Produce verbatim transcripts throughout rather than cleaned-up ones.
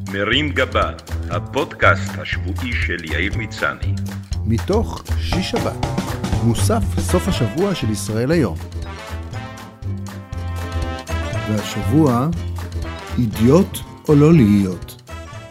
מרים גבה, הפודקאסט השבועי של יאיר מצני. מתוך שיש שבת, מוסף סוף השבוע של ישראל היום. והשבוע, אידיוט או לא להיות.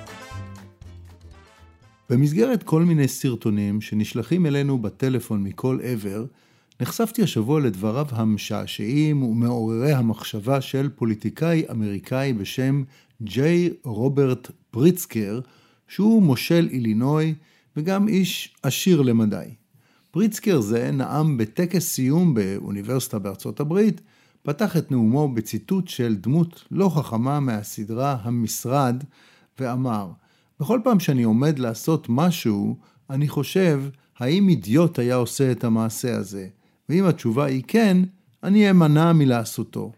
במסגרת כל מיני סרטונים שנשלחים אלינו בטלפון מכל עבר, נחשפתי השבוע לדבריו המשעשעים ומעוררי המחשבה של פוליטיקאי אמריקאי בשם ג'יי רוברט פריצקר, שהוא מושל אילינוי וגם איש עשיר למדי. פריצקר זה נאם בטקס סיום באוניברסיטה בארצות הברית, פתח את נאומו בציטוט של דמות לא חכמה מהסדרה המשרד, ואמר, בכל פעם שאני עומד לעשות משהו, אני חושב, האם אידיוט היה עושה את המעשה הזה? ואם התשובה היא כן, אני אמנע מלעשותו.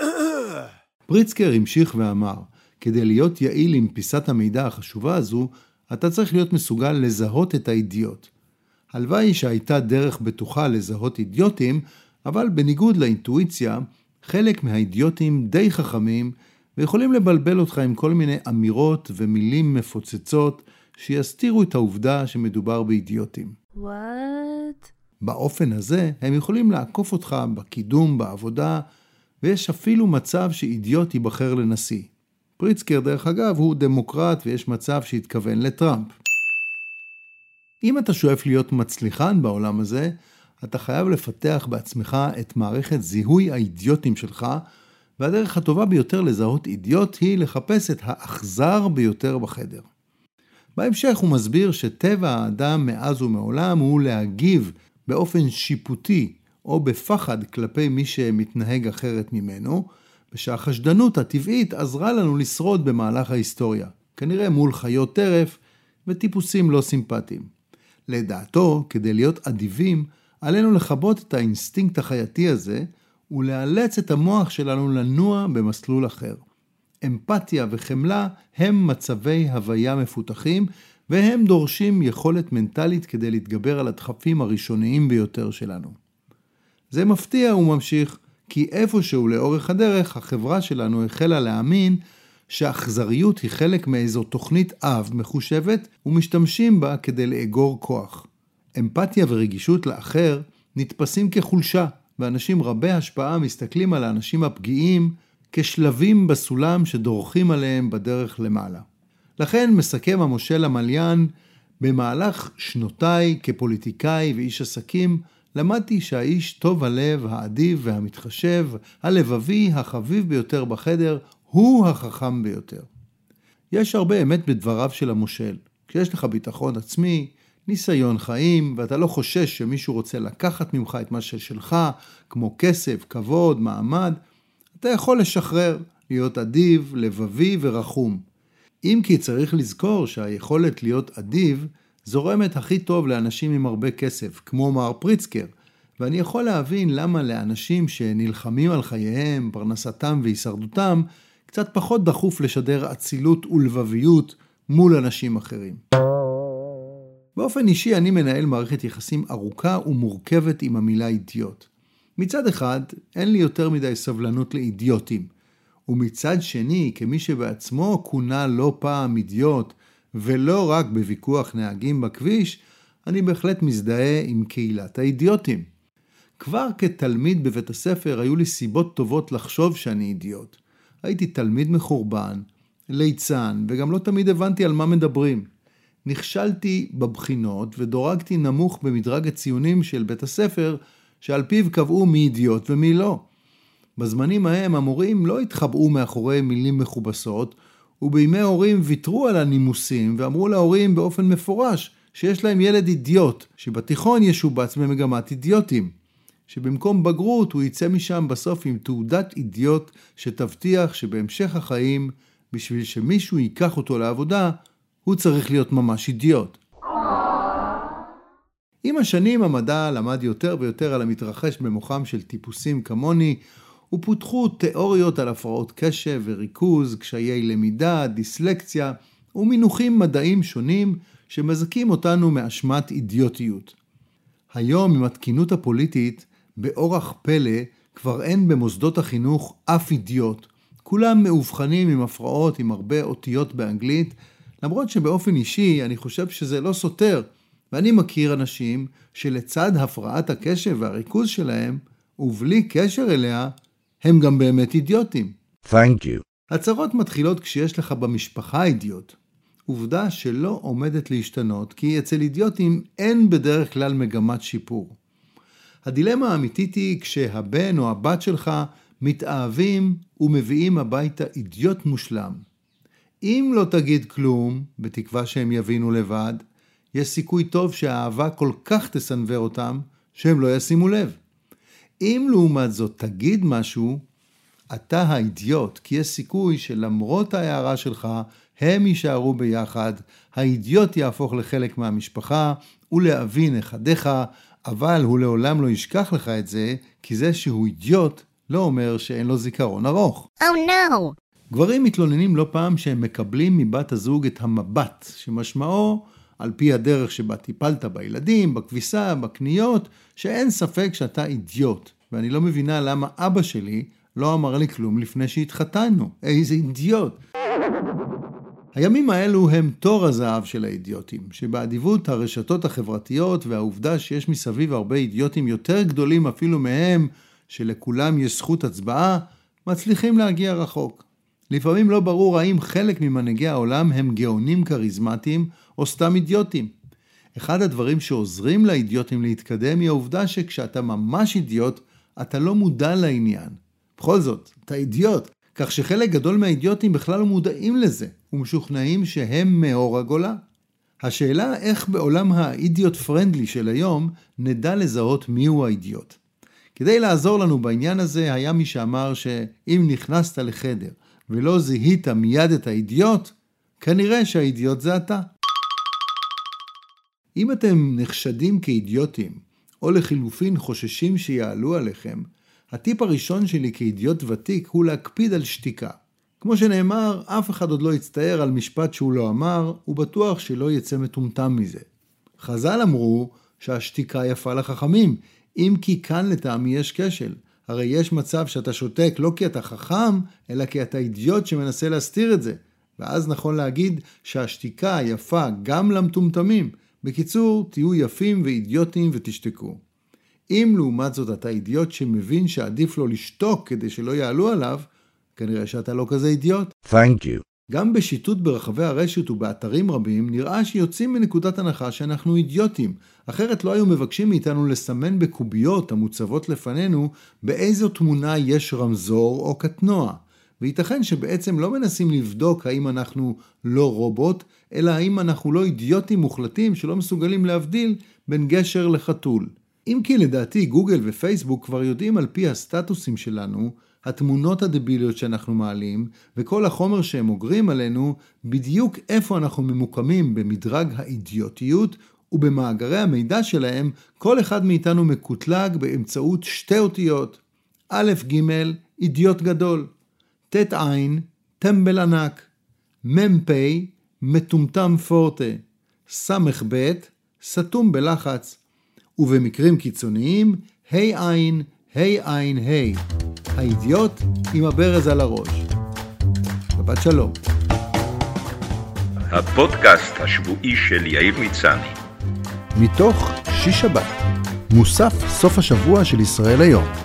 פריצקר המשיך ואמר, כדי להיות יעיל עם פיסת המידע החשובה הזו, אתה צריך להיות מסוגל לזהות את האידיוט. הלוואי שהייתה דרך בטוחה לזהות אידיוטים, אבל בניגוד לאינטואיציה, חלק מהאידיוטים די חכמים, ויכולים לבלבל אותך עם כל מיני אמירות ומילים מפוצצות, שיסתירו את העובדה שמדובר באידיוטים. What? באופן הזה, הם יכולים לעקוף אותך בקידום, בעבודה, ויש אפילו מצב שאידיוט ייבחר לנשיא. פריצקר, דרך אגב, הוא דמוקרט ויש מצב שהתכוון לטראמפ. אם אתה שואף להיות מצליחן בעולם הזה, אתה חייב לפתח בעצמך את מערכת זיהוי האידיוטים שלך, והדרך הטובה ביותר לזהות אידיוט היא לחפש את האכזר ביותר בחדר. בהמשך הוא מסביר שטבע האדם מאז ומעולם הוא להגיב באופן שיפוטי או בפחד כלפי מי שמתנהג אחרת ממנו, ושהחשדנות הטבעית עזרה לנו לשרוד במהלך ההיסטוריה, כנראה מול חיות טרף וטיפוסים לא סימפטיים. לדעתו, כדי להיות אדיבים, עלינו לחבות את האינסטינקט החייתי הזה, ולאלץ את המוח שלנו לנוע במסלול אחר. אמפתיה וחמלה הם מצבי הוויה מפותחים, והם דורשים יכולת מנטלית כדי להתגבר על הדחפים הראשוניים ביותר שלנו. זה מפתיע, הוא ממשיך, כי איפשהו לאורך הדרך החברה שלנו החלה להאמין שהאכזריות היא חלק מאיזו תוכנית אב מחושבת ומשתמשים בה כדי לאגור כוח. אמפתיה ורגישות לאחר נתפסים כחולשה, ואנשים רבי השפעה מסתכלים על האנשים הפגיעים כשלבים בסולם שדורכים עליהם בדרך למעלה. לכן מסכם המושל המליין, במהלך שנותיי כפוליטיקאי ואיש עסקים, למדתי שהאיש טוב הלב, האדיב והמתחשב, הלבבי, החביב ביותר בחדר, הוא החכם ביותר. יש הרבה אמת בדבריו של המושל. כשיש לך ביטחון עצמי, ניסיון חיים, ואתה לא חושש שמישהו רוצה לקחת ממך את מה ששלך, כמו כסף, כבוד, מעמד, אתה יכול לשחרר, להיות אדיב, לבבי ורחום. אם כי צריך לזכור שהיכולת להיות אדיב זורמת הכי טוב לאנשים עם הרבה כסף, כמו מר פריצקר, ואני יכול להבין למה לאנשים שנלחמים על חייהם, פרנסתם והישרדותם, קצת פחות דחוף לשדר אצילות ולבביות מול אנשים אחרים. באופן אישי אני מנהל מערכת יחסים ארוכה ומורכבת עם המילה אידיוט. מצד אחד, אין לי יותר מדי סבלנות לאידיוטים, ומצד שני, כמי שבעצמו כונה לא פעם אידיוט, ולא רק בוויכוח נהגים בכביש, אני בהחלט מזדהה עם קהילת האידיוטים. כבר כתלמיד בבית הספר היו לי סיבות טובות לחשוב שאני אידיוט. הייתי תלמיד מחורבן, ליצן, וגם לא תמיד הבנתי על מה מדברים. נכשלתי בבחינות ודורגתי נמוך במדרג הציונים של בית הספר, שעל פיו קבעו מי אידיוט ומי לא. בזמנים ההם המורים לא התחבאו מאחורי מילים מכובסות, ובימי הורים ויתרו על הנימוסים ואמרו להורים באופן מפורש שיש להם ילד אידיוט, שבתיכון ישובץ במגמת אידיוטים, שבמקום בגרות הוא יצא משם בסוף עם תעודת אידיוט שתבטיח שבהמשך החיים, בשביל שמישהו ייקח אותו לעבודה, הוא צריך להיות ממש אידיוט. עם השנים המדע למד יותר ויותר על המתרחש במוחם של טיפוסים כמוני, ופותחו תיאוריות על הפרעות קשב וריכוז, קשיי למידה, דיסלקציה, ומינוחים מדעיים שונים שמזכים אותנו מאשמת אידיוטיות. היום עם התקינות הפוליטית, באורח פלא, כבר אין במוסדות החינוך אף אידיוט, כולם מאובחנים עם הפרעות, עם הרבה אותיות באנגלית, למרות שבאופן אישי אני חושב שזה לא סותר, ואני מכיר אנשים שלצד הפרעת הקשב והריכוז שלהם, ובלי קשר אליה, הם גם באמת אידיוטים. Thank you. הצרות מתחילות כשיש לך במשפחה אידיוט. עובדה שלא עומדת להשתנות, כי אצל אידיוטים אין בדרך כלל מגמת שיפור. הדילמה האמיתית היא כשהבן או הבת שלך מתאהבים ומביאים הביתה אידיוט מושלם. אם לא תגיד כלום, בתקווה שהם יבינו לבד, יש סיכוי טוב שהאהבה כל כך תסנבר אותם, שהם לא ישימו לב. אם לעומת זאת תגיד משהו, אתה האידיוט, כי יש סיכוי שלמרות ההערה שלך, הם יישארו ביחד, האידיוט יהפוך לחלק מהמשפחה, ולהבין נכדיך, אבל הוא לעולם לא ישכח לך את זה, כי זה שהוא אידיוט לא אומר שאין לו זיכרון ארוך. Oh no! גברים מתלוננים לא פעם שהם מקבלים מבת הזוג את המבט, שמשמעו על פי הדרך שבה טיפלת בילדים, בכביסה, בקניות, שאין ספק שאתה אידיוט. ואני לא מבינה למה אבא שלי לא אמר לי כלום לפני שהתחתנו. איזה אידיוט. הימים האלו הם תור הזהב של האידיוטים, שבאדיבות הרשתות החברתיות והעובדה שיש מסביב הרבה אידיוטים יותר גדולים אפילו מהם, שלכולם יש זכות הצבעה, מצליחים להגיע רחוק. לפעמים לא ברור האם חלק ממנהיגי העולם הם גאונים קריזמטיים או סתם אידיוטים. אחד הדברים שעוזרים לאידיוטים להתקדם היא העובדה שכשאתה ממש אידיוט, אתה לא מודע לעניין. בכל זאת, אתה אידיוט, כך שחלק גדול מהאידיוטים בכלל לא מודעים לזה, ומשוכנעים שהם מאור הגולה. השאלה איך בעולם האידיוט פרנדלי של היום נדע לזהות מיהו האידיוט. כדי לעזור לנו בעניין הזה היה מי שאמר שאם נכנסת לחדר ולא זיהית מיד את האידיוט, כנראה שהאידיוט זה אתה. אם אתם נחשדים כאידיוטים, או לחילופין חוששים שיעלו עליכם, הטיפ הראשון שלי כאידיוט ותיק הוא להקפיד על שתיקה. כמו שנאמר, אף אחד עוד לא יצטער על משפט שהוא לא אמר, הוא בטוח שלא יצא מטומטם מזה. חז"ל אמרו שהשתיקה יפה לחכמים, אם כי כאן לטעמי יש כשל. הרי יש מצב שאתה שותק לא כי אתה חכם, אלא כי אתה אידיוט שמנסה להסתיר את זה. ואז נכון להגיד שהשתיקה יפה גם למטומטמים. בקיצור, תהיו יפים ואידיוטים ותשתקו. אם לעומת זאת אתה אידיוט שמבין שעדיף לו לשתוק כדי שלא יעלו עליו, כנראה שאתה לא כזה אידיוט. Thank you. גם בשיטוט ברחבי הרשת ובאתרים רבים נראה שיוצאים מנקודת הנחה שאנחנו אידיוטים, אחרת לא היו מבקשים מאיתנו לסמן בקוביות המוצבות לפנינו באיזו תמונה יש רמזור או קטנוע. וייתכן שבעצם לא מנסים לבדוק האם אנחנו לא רובוט, אלא האם אנחנו לא אידיוטים מוחלטים שלא מסוגלים להבדיל בין גשר לחתול. אם כי לדעתי גוגל ופייסבוק כבר יודעים על פי הסטטוסים שלנו, התמונות הדביליות שאנחנו מעלים, וכל החומר שהם אוגרים עלינו, בדיוק איפה אנחנו ממוקמים במדרג האידיוטיות, ובמאגרי המידע שלהם, כל אחד מאיתנו מקוטלג באמצעות שתי אותיות. א' ג' אידיוט גדול, ת' עין, טמבל ענק, מ' פ' מטומטם פורטה, ס' ב' סתום בלחץ, ובמקרים קיצוניים, ה' עין, ה' עין ה'. האידיוט עם הברז על הראש. שבת שלום. הפודקאסט השבועי של יאיר מצני. מתוך שיש שבת, מוסף סוף השבוע של ישראל היום.